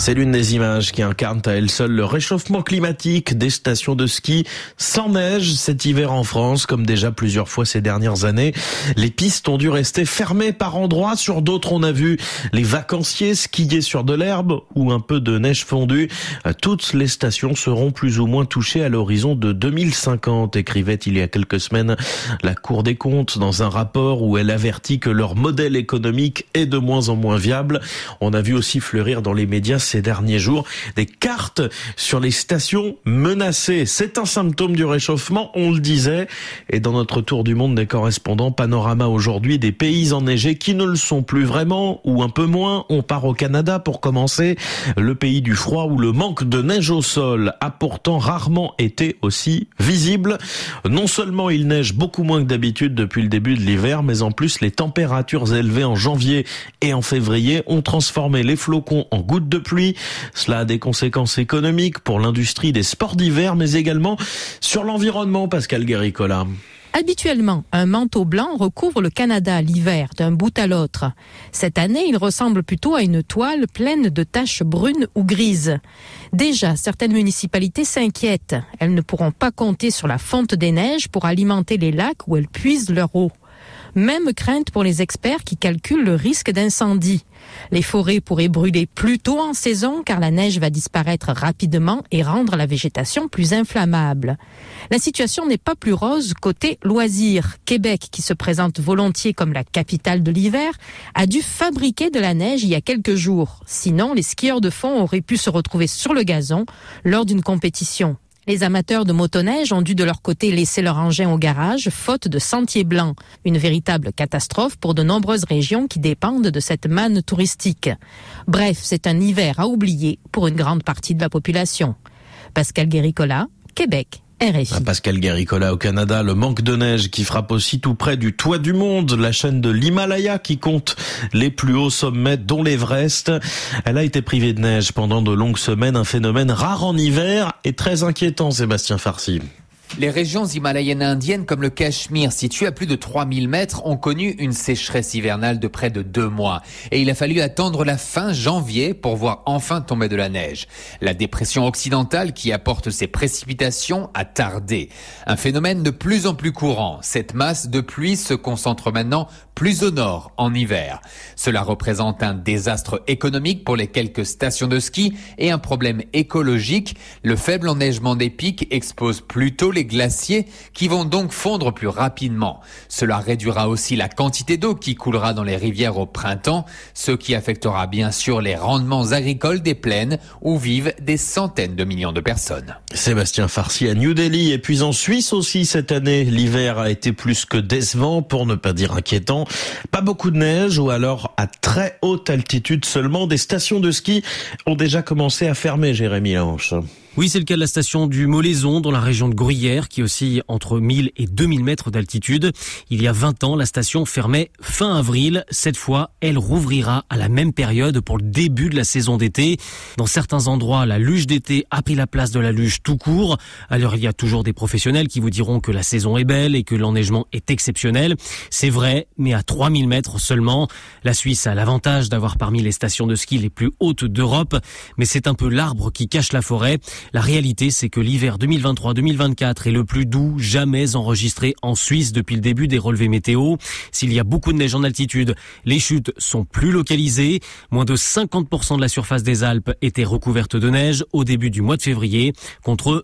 C'est l'une des images qui incarnent à elle seule le réchauffement climatique des stations de ski sans neige cet hiver en France, comme déjà plusieurs fois ces dernières années. Les pistes ont dû rester fermées par endroits. Sur d'autres, on a vu les vacanciers skier sur de l'herbe ou un peu de neige fondue. Toutes les stations seront plus ou moins touchées à l'horizon de 2050, écrivait il y a quelques semaines la Cour des comptes dans un rapport où elle avertit que leur modèle économique est de moins en moins viable. On a vu aussi fleurir dans les médias ces derniers jours des cartes sur les stations menacées. C'est un symptôme du réchauffement, on le disait. Et dans notre tour du monde des correspondants, panorama aujourd'hui des pays enneigés qui ne le sont plus vraiment ou un peu moins. On part au Canada pour commencer, le pays du froid où le manque de neige au sol a pourtant rarement été aussi visible. Non seulement il neige beaucoup moins que d'habitude depuis le début de l'hiver, mais en plus les températures élevées en janvier et en février ont transformé les flocons en gouttes de pluie. Cela a des conséquences économiques pour l'industrie des sports d'hiver, mais également sur l'environnement, Pascal Guéricola. Habituellement, un manteau blanc recouvre le Canada l'hiver d'un bout à l'autre. Cette année, il ressemble plutôt à une toile pleine de taches brunes ou grises. Déjà, certaines municipalités s'inquiètent. Elles ne pourront pas compter sur la fonte des neiges pour alimenter les lacs où elles puisent leur eau. Même crainte pour les experts qui calculent le risque d'incendie. Les forêts pourraient brûler plus tôt en saison car la neige va disparaître rapidement et rendre la végétation plus inflammable. La situation n'est pas plus rose côté loisirs. Québec, qui se présente volontiers comme la capitale de l'hiver, a dû fabriquer de la neige il y a quelques jours. Sinon, les skieurs de fond auraient pu se retrouver sur le gazon lors d'une compétition. Les amateurs de motoneige ont dû de leur côté laisser leur engin au garage, faute de sentiers blancs. Une véritable catastrophe pour de nombreuses régions qui dépendent de cette manne touristique. Bref, c'est un hiver à oublier pour une grande partie de la population. Pascal Guéricola, Québec. RFI. Pascal Guéricola au Canada, le manque de neige qui frappe aussi tout près du toit du monde, la chaîne de l'Himalaya qui compte les plus hauts sommets dont l'Everest. Elle a été privée de neige pendant de longues semaines, un phénomène rare en hiver et très inquiétant, Sébastien Farcy. Les régions himalayennes indiennes comme le Cachemire, situées à plus de 3000 mètres, ont connu une sécheresse hivernale de près de 2 mois. Et il a fallu attendre la fin janvier pour voir enfin tomber de la neige. La dépression occidentale qui apporte ces précipitations a tardé. Un phénomène de plus en plus courant. Cette masse de pluie se concentre maintenant plus au nord, en hiver. Cela représente un désastre économique pour les quelques stations de ski et un problème écologique. Le faible enneigement des pics expose plutôt les glaciers qui vont donc fondre plus rapidement. Cela réduira aussi la quantité d'eau qui coulera dans les rivières au printemps, ce qui affectera bien sûr les rendements agricoles des plaines où vivent des centaines de millions de personnes. Sébastien Farcy à New Delhi. Et puis en Suisse aussi cette année, l'hiver a été plus que décevant, pour ne pas dire inquiétant. Pas beaucoup de neige ou alors à très haute altitude seulement. Des stations de ski ont déjà commencé à fermer, Jérémy Lanche. Oui, c'est le cas de la station du Molaison dans la région de Gruyère qui oscille entre 1000 et 2000 mètres d'altitude. Il y a 20 ans, la station fermait fin avril. Cette fois, elle rouvrira à la même période pour le début de la saison d'été. Dans certains endroits, la luge d'été a pris la place de la luge tout court. Alors, il y a toujours des professionnels qui vous diront que la saison est belle et que l'enneigement est exceptionnel. C'est vrai, mais à 3000 mètres seulement. La Suisse a l'avantage d'avoir parmi les stations de ski les plus hautes d'Europe, mais c'est un peu l'arbre qui cache la forêt. La réalité, c'est que l'hiver 2023-2024 est le plus doux jamais enregistré en Suisse depuis le début des relevés météo. S'il y a beaucoup de neige en altitude, les chutes sont plus localisées. Moins de 50% de la surface des Alpes était recouverte de neige au début du mois de février, contre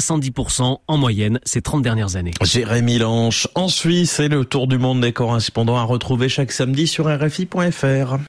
70% en moyenne ces 30 dernières années. Jérémy Lanche en Suisse et le tour du monde des correspondants à retrouver chaque samedi sur RFI.fr.